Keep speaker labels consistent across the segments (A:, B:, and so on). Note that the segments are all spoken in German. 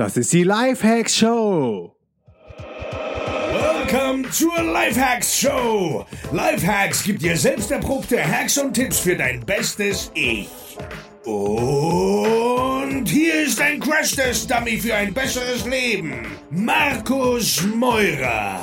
A: Das ist die Lifehacks Show.
B: Welcome zur Lifehacks Show. Lifehacks gibt dir selbst erprobte Hacks und Tipps für dein bestes Ich. Und hier ist ein Crash-Test-Dummy für ein besseres Leben. Markus Meurer.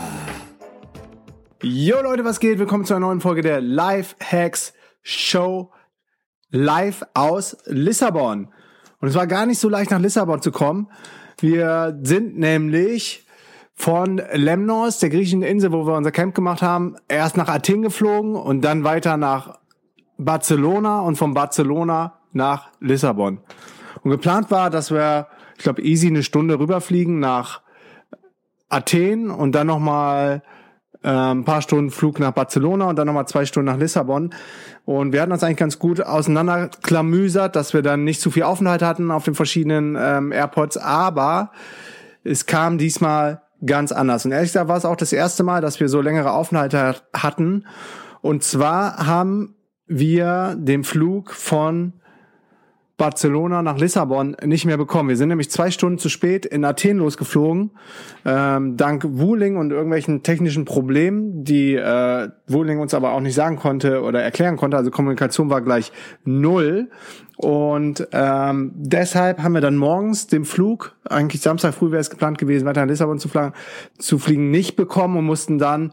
A: Jo Leute, was geht? Willkommen zu einer neuen Folge der Lifehacks Show. Live aus Lissabon. Und es war gar nicht so leicht, nach Lissabon zu kommen. Wir sind nämlich von Lemnos, der griechischen Insel, wo wir unser Camp gemacht haben, erst nach Athen geflogen und dann weiter nach Barcelona und von Barcelona nach Lissabon. Und geplant war, dass wir, ich glaube, easy eine Stunde rüberfliegen nach Athen und dann nochmal ein paar Stunden Flug nach Barcelona und dann nochmal 2 Stunden nach Lissabon. Und wir hatten das eigentlich ganz gut auseinanderklamüsert, dass wir dann nicht zu viel Aufenthalt hatten auf den verschiedenen Airports, aber es kam diesmal ganz anders. Und ehrlich gesagt war es auch das erste Mal, dass wir so längere Aufenthalte hatten. Und zwar haben wir den Flug von Barcelona nach Lissabon nicht mehr bekommen. Wir sind nämlich 2 Stunden zu spät in Athen losgeflogen, dank Wuling und irgendwelchen technischen Problemen, die Wuling uns aber auch nicht sagen konnte oder erklären konnte. Also Kommunikation war gleich 0. Und deshalb haben wir dann morgens den Flug, eigentlich Samstag früh wäre es geplant gewesen, weiter nach Lissabon zu fliegen, nicht bekommen und mussten dann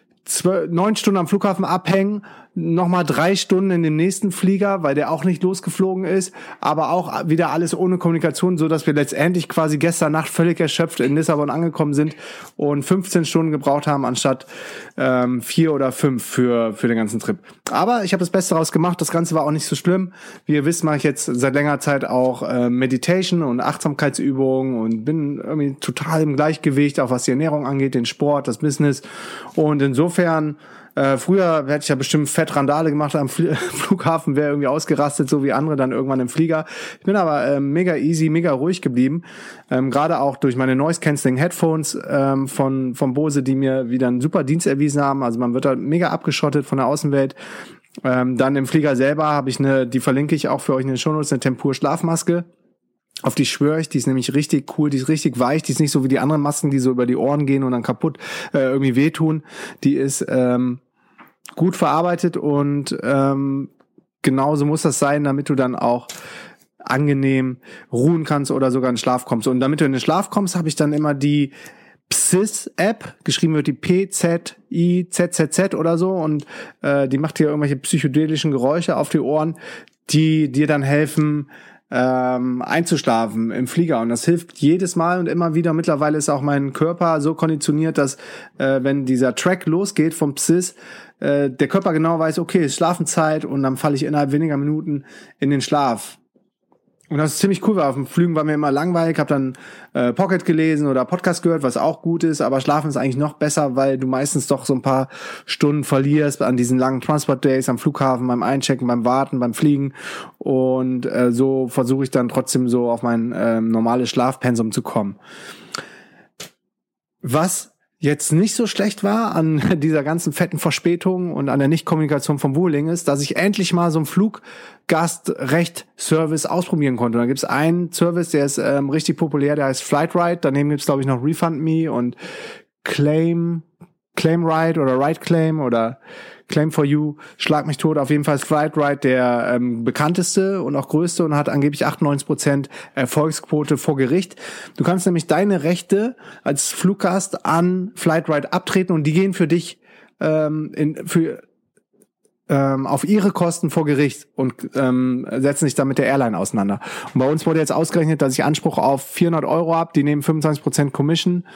A: 9 Stunden am Flughafen abhängen, nochmal 3 Stunden in den nächsten Flieger, weil der auch nicht losgeflogen ist, aber auch wieder alles ohne Kommunikation, so dass wir letztendlich quasi gestern Nacht völlig erschöpft in Lissabon angekommen sind und 15 Stunden gebraucht haben, anstatt 4 oder 5 für den ganzen Trip. Aber ich habe das Beste daraus gemacht, das Ganze war auch nicht so schlimm. Wie ihr wisst, mache ich jetzt seit längerer Zeit auch Meditation und Achtsamkeitsübungen und bin irgendwie total im Gleichgewicht, auch was die Ernährung angeht, den Sport, das Business. Und insofern, früher hätte ich ja bestimmt fett Randale gemacht am Flughafen, wäre irgendwie ausgerastet, so wie andere dann irgendwann im Flieger. Ich bin aber mega easy, mega ruhig geblieben. Gerade auch durch meine Noise-Cancelling-Headphones von Bose, die mir wieder einen super Dienst erwiesen haben. Also man wird da mega abgeschottet von der Außenwelt. Dann im Flieger selber habe ich die verlinke ich auch für euch in den Shownotes, eine Tempur-Schlafmaske. Auf die schwöre ich, die ist nämlich richtig cool, die ist richtig weich, die ist nicht so wie die anderen Masken, die so über die Ohren gehen und dann kaputt irgendwie wehtun. Die ist gut verarbeitet und genauso muss das sein, damit du dann auch angenehm ruhen kannst oder sogar in den Schlaf kommst. Und damit du in den Schlaf kommst, habe ich dann immer die Psyz-App, geschrieben wird die P-Z-I-Z-Z-Z oder so, und die macht dir irgendwelche psychedelischen Geräusche auf die Ohren, die dir dann helfen, einzuschlafen im Flieger, und das hilft jedes Mal und immer wieder. Mittlerweile ist auch mein Körper so konditioniert, dass wenn dieser Track losgeht vom Psyz, der Körper genau weiß, okay, es ist Schlafenszeit, und dann falle ich innerhalb weniger Minuten in den Schlaf. Und das ist ziemlich cool, weil auf dem Flügen war mir immer langweilig, habe dann Pocket gelesen oder Podcast gehört, was auch gut ist, aber Schlafen ist eigentlich noch besser, weil du meistens doch so ein paar Stunden verlierst an diesen langen Transport Days am Flughafen, beim Einchecken, beim Warten, beim Fliegen, und so versuche ich dann trotzdem so auf mein normales Schlafpensum zu kommen. Was jetzt nicht so schlecht war an dieser ganzen fetten Verspätung und an der Nichtkommunikation vom Wuling ist, dass ich endlich mal so einen Fluggastrecht-Service ausprobieren konnte. Und da gibt es einen Service, der ist richtig populär, der heißt Flightride. Daneben gibt es, glaube ich, noch Refund Me und Claim Ride oder Ride Claim oder Claim for You, schlag mich tot. Auf jeden Fall ist Flightride der bekannteste und auch größte und hat angeblich 98% Erfolgsquote vor Gericht. Du kannst nämlich deine Rechte als Fluggast an Flightride abtreten, und die gehen für dich auf ihre Kosten vor Gericht und setzen sich dann mit der Airline auseinander. Und bei uns wurde jetzt ausgerechnet, dass ich Anspruch auf 400 Euro habe. Die nehmen 25% Commission.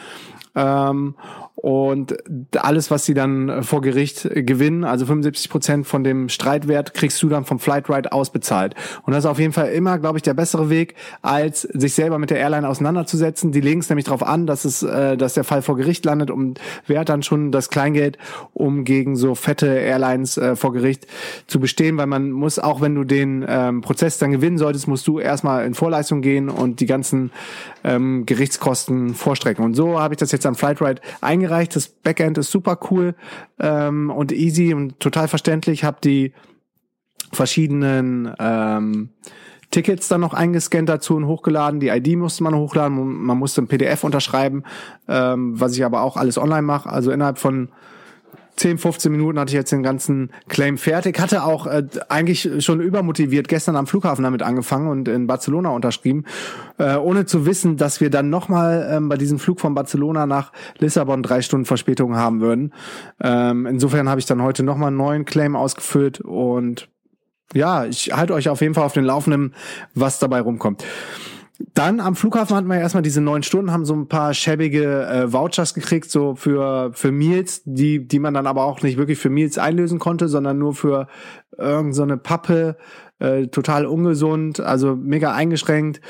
A: Und alles, was sie dann vor Gericht gewinnen, also 75% von dem Streitwert, kriegst du dann vom Flightride ausbezahlt. Und das ist auf jeden Fall immer, glaube ich, der bessere Weg, als sich selber mit der Airline auseinanderzusetzen. Die legen es nämlich darauf an, dass der Fall vor Gericht landet, und wer hat dann schon das Kleingeld, um gegen so fette Airlines vor Gericht zu bestehen, weil man muss, auch wenn du den Prozess dann gewinnen solltest, musst du erstmal in Vorleistung gehen und die ganzen Gerichtskosten vorstrecken. Und so habe ich das jetzt am Flightride eingereicht. Das Backend ist super cool und easy und total verständlich. Habe die verschiedenen Tickets dann noch eingescannt dazu und hochgeladen. Die ID musste man hochladen, man musste ein PDF unterschreiben, was ich aber auch alles online mache. Also innerhalb von 10, 15 Minuten hatte ich jetzt den ganzen Claim fertig. Hatte auch eigentlich schon übermotiviert gestern am Flughafen damit angefangen und in Barcelona unterschrieben, ohne zu wissen, dass wir dann nochmal bei diesem Flug von Barcelona nach Lissabon 3 Stunden Verspätung haben würden. Insofern habe ich dann heute nochmal einen neuen Claim ausgefüllt und ja, ich halte euch auf jeden Fall auf den Laufenden, was dabei rumkommt. Dann am Flughafen hatten wir erstmal diese 9 Stunden, haben so ein paar schäbige Vouchers gekriegt, so für Meals, die man dann aber auch nicht wirklich für Meals einlösen konnte, sondern nur für irgend so eine Pappe, total ungesund, also mega eingeschränkt.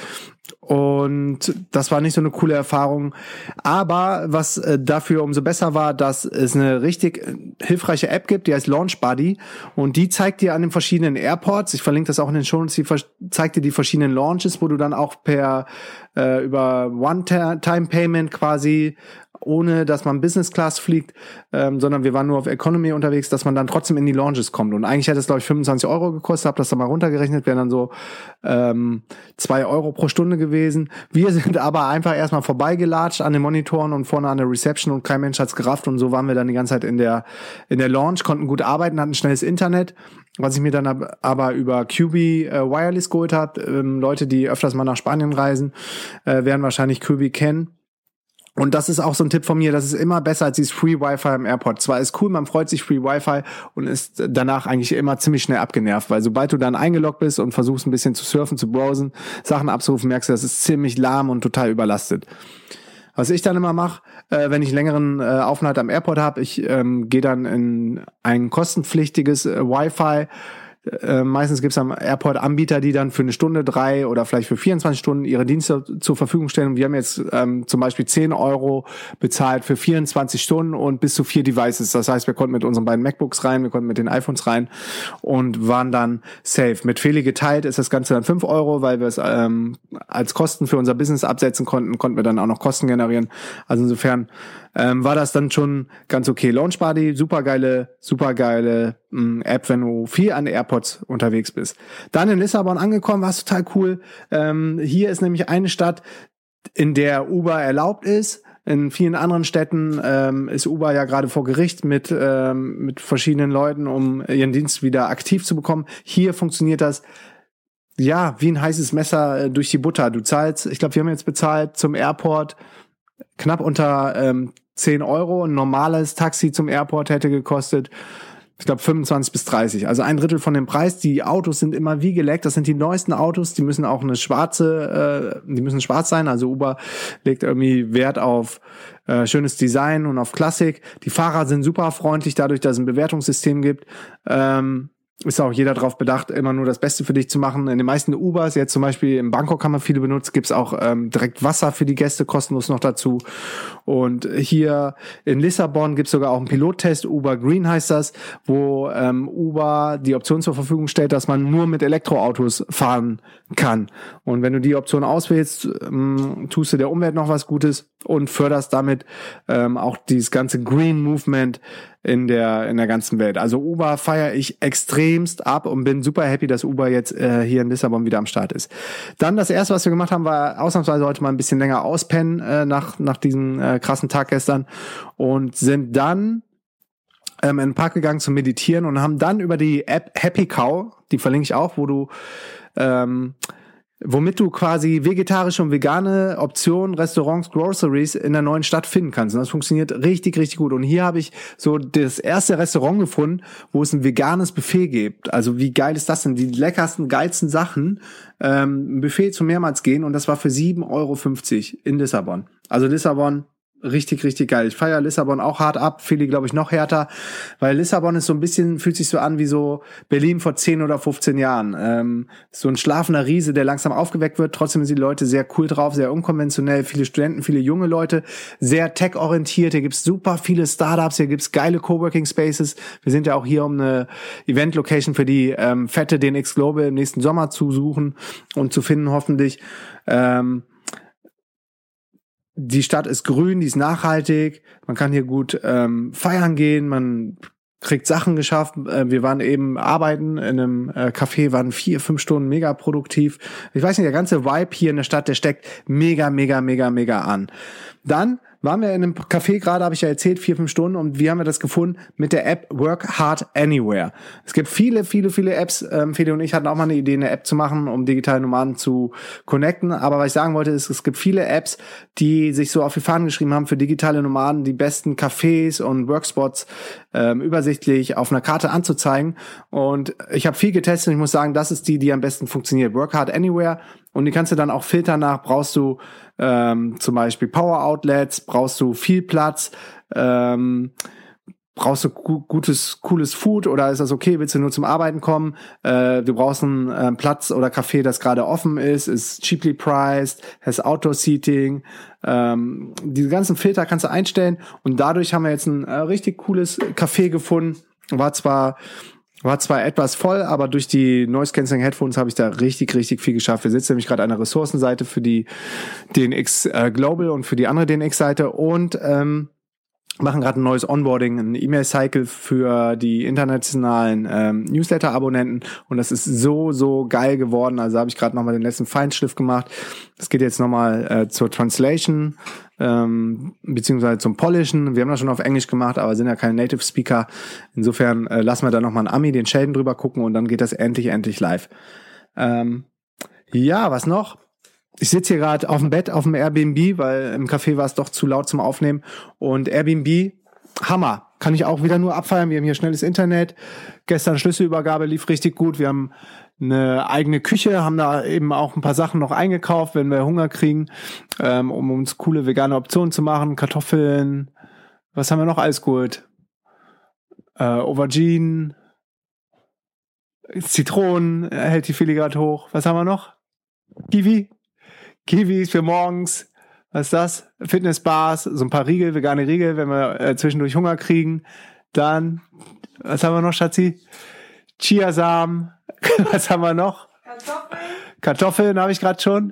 A: Und das war nicht so eine coole Erfahrung. Aber was dafür umso besser war, dass es eine richtig hilfreiche App gibt, die heißt Launch Buddy. Und die zeigt dir an den verschiedenen Airports, ich verlinke das auch in den Shownotes, die zeigt dir die verschiedenen Launches, wo du dann auch über One-Time-Payment quasi, ohne dass man Business Class fliegt, sondern wir waren nur auf Economy unterwegs, dass man dann trotzdem in die Lounges kommt. Und eigentlich hätte es, glaube ich, 25 € gekostet, habe das dann mal runtergerechnet, wären dann so 2 € pro Stunde gewesen. Wir sind aber einfach erstmal vorbeigelatscht an den Monitoren und vorne an der Reception und kein Mensch hat's gerafft. Und so waren wir dann die ganze Zeit in der Lounge, konnten gut arbeiten, hatten schnelles Internet, was ich mir dann aber über QB Wireless geholt habe. Leute, die öfters mal nach Spanien reisen, werden wahrscheinlich QB kennen. Und das ist auch so ein Tipp von mir, das ist immer besser als dieses Free Wi-Fi im Airport. Zwar ist cool, man freut sich Free Wi-Fi und ist danach eigentlich immer ziemlich schnell abgenervt, weil sobald du dann eingeloggt bist und versuchst ein bisschen zu surfen, zu browsen, Sachen abzurufen, merkst du, das ist ziemlich lahm und total überlastet. Was ich dann immer mache, wenn ich längeren Aufenthalt am Airport habe, ich gehe dann in ein kostenpflichtiges Wi-Fi. Meistens gibt es am Airport Anbieter, die dann für eine Stunde, 3 oder vielleicht für 24 Stunden ihre Dienste zur Verfügung stellen. Und wir haben jetzt zum Beispiel 10 € bezahlt für 24 Stunden und bis zu 4 Devices. Das heißt, wir konnten mit unseren beiden MacBooks rein, wir konnten mit den iPhones rein und waren dann safe. Mit Feli geteilt ist das Ganze dann 5 €, weil wir es als Kosten für unser Business absetzen konnten wir dann auch noch Kosten generieren. Also insofern war das dann schon ganz okay. Launch Buddy, supergeile App, wenn du viel an Airports unterwegs bist. Dann in Lissabon angekommen, war es total cool. Hier ist nämlich eine Stadt, in der Uber erlaubt ist. In vielen anderen Städten ist Uber ja gerade vor Gericht mit verschiedenen Leuten, um ihren Dienst wieder aktiv zu bekommen. Hier funktioniert das ja wie ein heißes Messer durch die Butter. Du zahlst, ich glaube, wir haben jetzt bezahlt zum Airport knapp unter 10 €. Ein normales Taxi zum Airport hätte gekostet, ich glaube, 25 bis 30. Also 1/3 von dem Preis. Die Autos sind immer wie geleckt. Das sind die neuesten Autos. Die müssen auch schwarz sein. Also Uber legt irgendwie Wert auf schönes Design und auf Klassik. Die Fahrer sind super freundlich, dadurch, dass es ein Bewertungssystem gibt. Ist auch jeder darauf bedacht, immer nur das Beste für dich zu machen. In den meisten Ubers, jetzt zum Beispiel in Bangkok haben wir viele benutzt, gibt's auch direkt Wasser für die Gäste kostenlos noch dazu. Und hier in Lissabon gibt's sogar auch einen Pilottest, Uber Green heißt das, wo Uber die Option zur Verfügung stellt, dass man nur mit Elektroautos fahren kann. Und wenn du die Option auswählst, tust du der Umwelt noch was Gutes und förderst damit auch dieses ganze Green Movement in der ganzen Welt. Also Uber feiere ich extremst ab und bin super happy, dass Uber jetzt hier in Lissabon wieder am Start ist. Dann das erste, was wir gemacht haben, war ausnahmsweise heute mal ein bisschen länger auspennen nach diesem krassen Tag gestern und sind dann in den Park gegangen zum Meditieren und haben dann über die App Happy Cow, die verlinke ich auch, womit du quasi vegetarische und vegane Optionen, Restaurants, Groceries in der neuen Stadt finden kannst. Und das funktioniert richtig, richtig gut. Und hier habe ich so das erste Restaurant gefunden, wo es ein veganes Buffet gibt. Also wie geil ist das denn? Die leckersten, geilsten Sachen. Ein Buffet zum mehrmals gehen. Und das war für 7,50 € in Lissabon. Also Lissabon, richtig, richtig geil. Ich feiere Lissabon auch hart ab, viele glaube ich noch härter, weil Lissabon ist so ein bisschen, fühlt sich so an wie so Berlin vor 10 oder 15 Jahren. So ein schlafender Riese, der langsam aufgeweckt wird. Trotzdem sind die Leute sehr cool drauf, sehr unkonventionell. Viele Studenten, viele junge Leute, sehr tech-orientiert. Hier gibt's super viele Startups, hier gibt's geile Coworking Spaces. Wir sind ja auch hier, um eine Event-Location für die fette DNX Global im nächsten Sommer zu suchen und zu finden hoffentlich. Die Stadt ist grün, die ist nachhaltig, man kann hier gut feiern gehen, man kriegt Sachen geschafft. Wir waren eben arbeiten in einem Café, waren 4-5 Stunden mega produktiv. Ich weiß nicht, der ganze Vibe hier in der Stadt, der steckt mega an. Dann waren wir in einem Café, gerade habe ich ja erzählt, 4-5 Stunden, und wie haben wir das gefunden? Mit der App Work Hard Anywhere. Es gibt viele Apps. Fede und ich hatten auch mal eine Idee, eine App zu machen, um digitale Nomaden zu connecten. Aber was ich sagen wollte, ist, es gibt viele Apps, die sich so auf die Fahnen geschrieben haben, für digitale Nomaden die besten Cafés und Workspots übersichtlich auf einer Karte anzuzeigen. Und ich habe viel getestet und ich muss sagen, das ist die am besten funktioniert. Work Hard Anywhere. Und die kannst du dann auch filtern nach, brauchst du zum Beispiel Power Outlets, brauchst du viel Platz, brauchst du cooles Food, oder ist das okay, willst du nur zum Arbeiten kommen, du brauchst einen Platz oder Café, das gerade offen ist cheaply priced, has Outdoor Seating, diese ganzen Filter kannst du einstellen, und dadurch haben wir jetzt ein richtig cooles Café gefunden. War zwar etwas voll, aber durch die Noise Cancelling Headphones habe ich da richtig viel geschafft. Wir sitzen nämlich gerade an der Ressourcenseite für die DNX Global und für die andere DNX-Seite und machen gerade ein neues Onboarding, ein E-Mail-Cycle für die internationalen Newsletter-Abonnenten, und das ist so geil geworden. Also habe ich gerade nochmal den letzten Feinschliff gemacht. Das geht jetzt nochmal zur Translation, beziehungsweise zum Polishen. Wir haben das schon auf Englisch gemacht, aber sind ja keine Native Speaker. Insofern lassen wir da nochmal einen Ami, den Sheldon, drüber gucken, und dann geht das endlich live. Ja, was noch? Ich sitze hier gerade auf dem Bett, auf dem Airbnb, weil im Café war es doch zu laut zum Aufnehmen. Und Airbnb, Hammer. Kann ich auch wieder nur abfeiern. Wir haben hier schnelles Internet. Gestern Schlüsselübergabe lief richtig gut. Wir haben eine eigene Küche, haben da eben auch ein paar Sachen noch eingekauft, wenn wir Hunger kriegen, um uns coole vegane Optionen zu machen. Kartoffeln, was haben wir noch alles gut? Aubergine, Zitronen, hält die Fili grad hoch. Was haben wir noch? Kiwis für morgens. Was ist das? Fitnessbars, so ein paar Riegel, vegane Riegel, wenn wir zwischendurch Hunger kriegen. Dann, was haben wir noch, Schatzi? Chiasamen. Was haben wir noch? Kartoffeln habe ich gerade schon.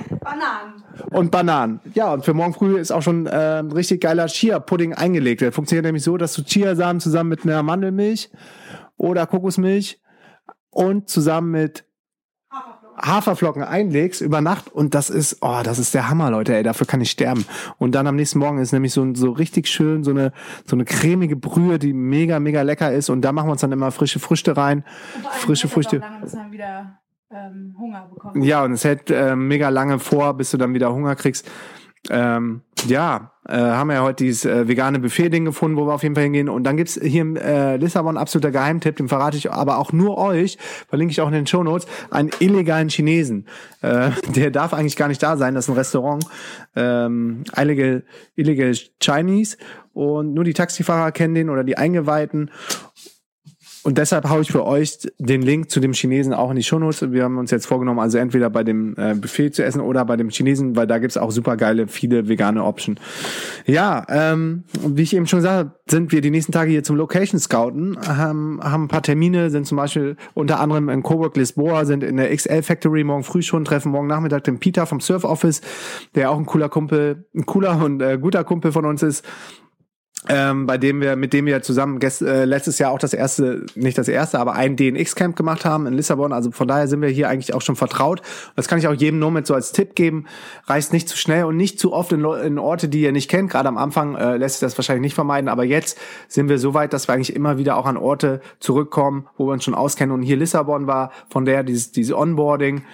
A: Bananen. Ja, und für morgen früh ist auch schon richtig geiler Chia-Pudding eingelegt. Der funktioniert nämlich so, dass du Chiasamen zusammen mit einer Mandelmilch oder Kokosmilch und zusammen mit Haferflocken einlegst über Nacht, und das ist der Hammer, Leute, ey, dafür kann ich sterben. Und dann am nächsten Morgen ist nämlich so richtig schön so eine cremige Brühe, die mega lecker ist, und da machen wir uns dann immer frische Früchte rein. Frische Früchte.
C: Lange, bis man wieder Hunger bekommt.
A: Ja, und es hält mega lange vor, bis du dann wieder Hunger kriegst. Haben wir ja heute dieses vegane Buffet-Ding gefunden, wo wir auf jeden Fall hingehen. Und dann gibt's hier in Lissabon, absoluter Geheimtipp, den verrate ich aber auch nur euch, verlinke ich auch in den Shownotes, einen illegalen Chinesen. Der darf eigentlich gar nicht da sein, das ist ein Restaurant. Illegal Chinese, und nur die Taxifahrer kennen den oder die Eingeweihten. Und deshalb haue ich für euch den Link zu dem Chinesen auch in die Shownotes. Wir haben uns jetzt vorgenommen, also entweder bei dem Buffet zu essen oder bei dem Chinesen, weil da gibt's auch super geile, viele vegane Optionen. Ja, wie ich eben schon gesagt habe, sind wir die nächsten Tage hier zum Location Scouten, haben ein paar Termine, sind zum Beispiel unter anderem in Cowork Lisboa, sind in der XL Factory morgen früh schon, treffen morgen Nachmittag den Peter vom Surf Office, der auch ein cooler und guter Kumpel von uns ist. Mit dem wir zusammen letztes Jahr auch aber ein DNX-Camp gemacht haben in Lissabon. Also von daher sind wir hier eigentlich auch schon vertraut. Das kann ich auch jedem nur mit so als Tipp geben. Reist nicht zu schnell und nicht zu oft in Orte, die ihr nicht kennt. Gerade am Anfang lässt sich das wahrscheinlich nicht vermeiden. Aber jetzt sind wir so weit, dass wir eigentlich immer wieder auch an Orte zurückkommen, wo wir uns schon auskennen. Und hier Lissabon war von der dieses Onboarding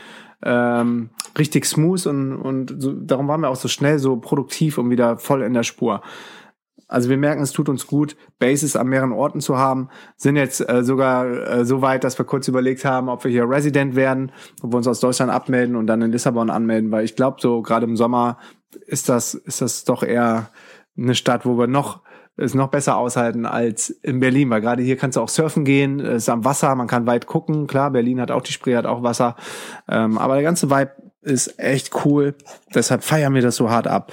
A: richtig smooth und so, darum waren wir auch so schnell so produktiv und wieder voll in der Spur. Also wir merken, es tut uns gut, Bases an mehreren Orten zu haben, sind jetzt sogar so weit, dass wir kurz überlegt haben, ob wir hier Resident werden, ob wir uns aus Deutschland abmelden und dann in Lissabon anmelden, weil ich glaube, so gerade im Sommer ist das doch eher eine Stadt, wo wir es noch besser aushalten als in Berlin, weil gerade hier kannst du auch surfen gehen, es ist am Wasser, man kann weit gucken, klar, Berlin hat auch die Spree, hat auch Wasser, aber der ganze Vibe ist echt cool, deshalb feiern wir das so hart ab.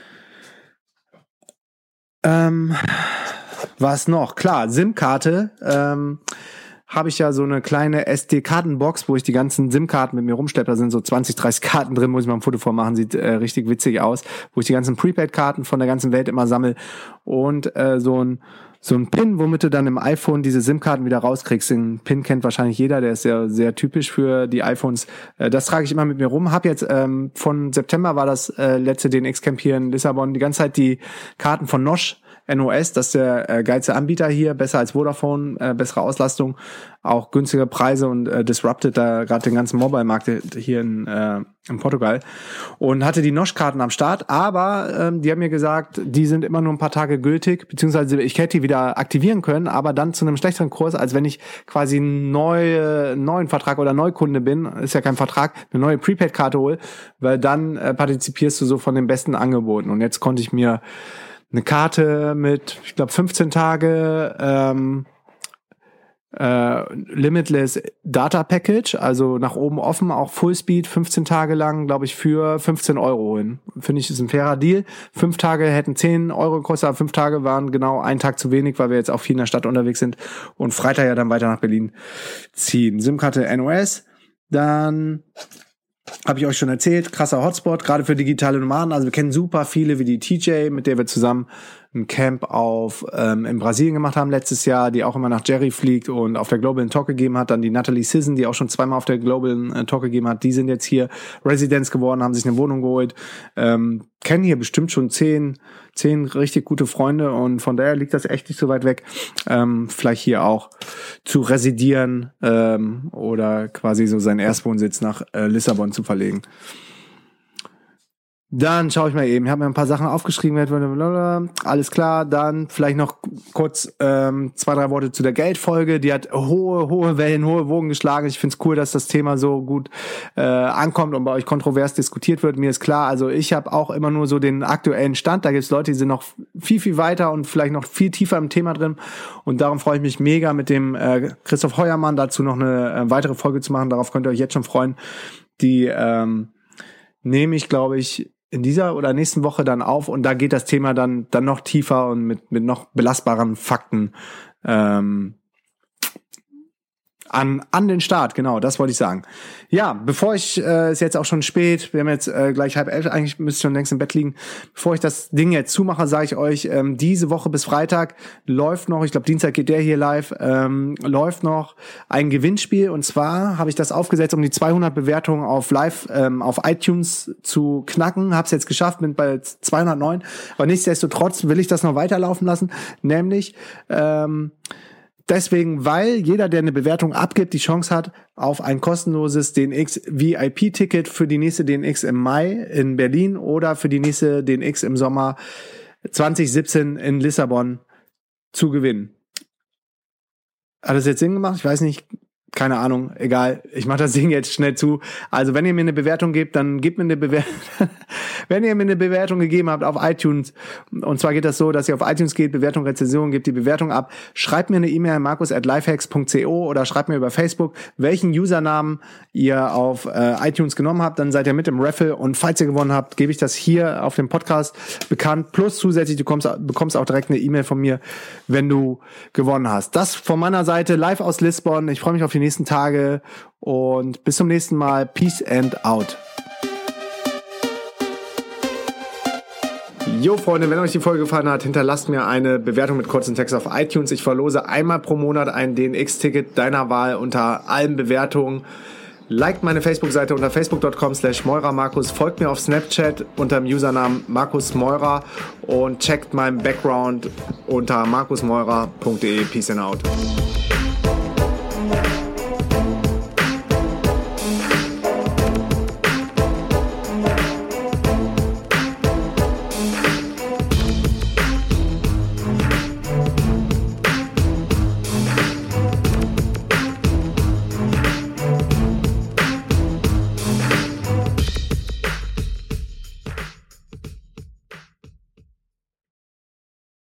A: Was noch? Klar, SIM-Karte. Habe ich ja so eine kleine SD-Kartenbox, wo ich die ganzen SIM-Karten mit mir rumschleppe. Da sind so 20, 30 Karten drin, muss ich mal ein Foto vormachen, sieht richtig witzig aus. Wo ich die ganzen Prepaid-Karten von der ganzen Welt immer sammle. Und so so ein Pin, womit du dann im iPhone diese SIM-Karten wieder rauskriegst. Den Pin kennt wahrscheinlich jeder, der ist sehr, sehr typisch für die iPhones. Das trage ich immer mit mir rum. Hab jetzt von September war das letzte DNX-Camp hier in Lissabon die ganze Zeit die Karten von NOS, das ist der geilste Anbieter hier, besser als Vodafone, bessere Auslastung, auch günstige Preise und disrupted da gerade den ganzen Mobile-Markt hier in Portugal. Und hatte die NOS-Karten am Start, aber die haben mir gesagt, die sind immer nur ein paar Tage gültig, beziehungsweise ich hätte die wieder aktivieren können, aber dann zu einem schlechteren Kurs, als wenn ich quasi einen neuen Vertrag oder Neukunde bin, ist ja kein Vertrag, eine neue Prepaid-Karte hole, weil dann partizipierst du so von den besten Angeboten. Und jetzt konnte ich mir eine Karte mit, ich glaube, 15 Tage Limitless Data Package, also nach oben offen, auch Fullspeed, 15 Tage lang, glaube ich, für 15 Euro holen. Finde ich, ist ein fairer Deal. 5 Tage hätten 10 Euro gekostet, aber 5 Tage waren genau ein Tag zu wenig, weil wir jetzt auch viel in der Stadt unterwegs sind und Freitag ja dann weiter nach Berlin ziehen. SIM-Karte NOS, dann habe ich euch schon erzählt, krasser Hotspot, gerade für digitale Nomaden. Also wir kennen super viele wie die TJ, mit der wir zusammen ein Camp in Brasilien gemacht haben letztes Jahr, die auch immer nach Jerry fliegt und auf der Global Talk gegeben hat. Dann die Natalie Sisson, die auch schon zweimal auf der Global Talk gegeben hat. Die sind jetzt hier Residents geworden, haben sich eine Wohnung geholt. Kennen hier bestimmt schon 10 richtig gute Freunde und von daher liegt das echt nicht so weit weg, vielleicht hier auch zu residieren oder quasi so seinen Erstwohnsitz nach Lissabon zu verlegen. Dann schaue ich mal eben, ich habe mir ein paar Sachen aufgeschrieben, alles klar, dann vielleicht noch kurz 2-3 Worte zu der Geldfolge, die hat hohe Wellen, hohe Wogen geschlagen. Ich finde es cool, dass das Thema so gut ankommt und bei euch kontrovers diskutiert wird. Mir ist klar, also ich habe auch immer nur so den aktuellen Stand, da gibt es Leute, die sind noch viel weiter und vielleicht noch viel tiefer im Thema drin und darum freue ich mich mega mit dem Christoph Heuermann dazu noch eine weitere Folge zu machen, darauf könnt ihr euch jetzt schon freuen. Die nehme ich, glaube ich, in dieser oder nächsten Woche dann auf und da geht das Thema dann noch tiefer und mit noch belastbaren Fakten an den Start, genau, das wollte ich sagen. Ja, bevor ich, ist jetzt auch schon spät, wir haben jetzt gleich 10:30, eigentlich müsste ich schon längst im Bett liegen. Bevor ich das Ding jetzt zumache, sage ich euch, diese Woche bis Freitag läuft noch, ich glaube Dienstag geht der hier live, läuft noch ein Gewinnspiel und zwar habe ich das aufgesetzt, um die 200 Bewertungen auf auf iTunes zu knacken, habe es jetzt geschafft, bin bei 209, aber nichtsdestotrotz will ich das noch weiterlaufen lassen, nämlich deswegen, weil jeder, der eine Bewertung abgibt, die Chance hat auf ein kostenloses DNX VIP-Ticket für die nächste DNX im Mai in Berlin oder für die nächste DNX im Sommer 2017 in Lissabon zu gewinnen. Hat das jetzt Sinn gemacht? Ich weiß nicht. Keine Ahnung, egal. Ich mache das Ding jetzt schnell zu. Also wenn ihr mir eine Bewertung gebt, dann gebt mir eine Bewertung. Wenn ihr mir eine Bewertung gegeben habt auf iTunes, und zwar geht das so, dass ihr auf iTunes geht, Bewertung, Rezension, gebt die Bewertung ab, schreibt mir eine E-Mail an markus@lifehacks.co oder schreibt mir über Facebook, welchen Usernamen ihr auf iTunes genommen habt, dann seid ihr mit im Raffle und falls ihr gewonnen habt, gebe ich das hier auf dem Podcast bekannt. Plus zusätzlich, du bekommst auch direkt eine E-Mail von mir, wenn du gewonnen hast. Das von meiner Seite live aus Lissabon. Ich freue mich auf die nächsten Tage und bis zum nächsten Mal. Peace and out. Jo Freunde, wenn euch die Folge gefallen hat, hinterlasst mir eine Bewertung mit kurzem Text auf iTunes. Ich verlose einmal pro Monat ein DNX-Ticket deiner Wahl unter allen Bewertungen. Liked meine Facebook-Seite unter facebook.com/MeurerMarkus, folgt mir auf Snapchat unter dem Usernamen MarkusMeurer und checkt meinen Background unter markusmeurer.de. Peace and out.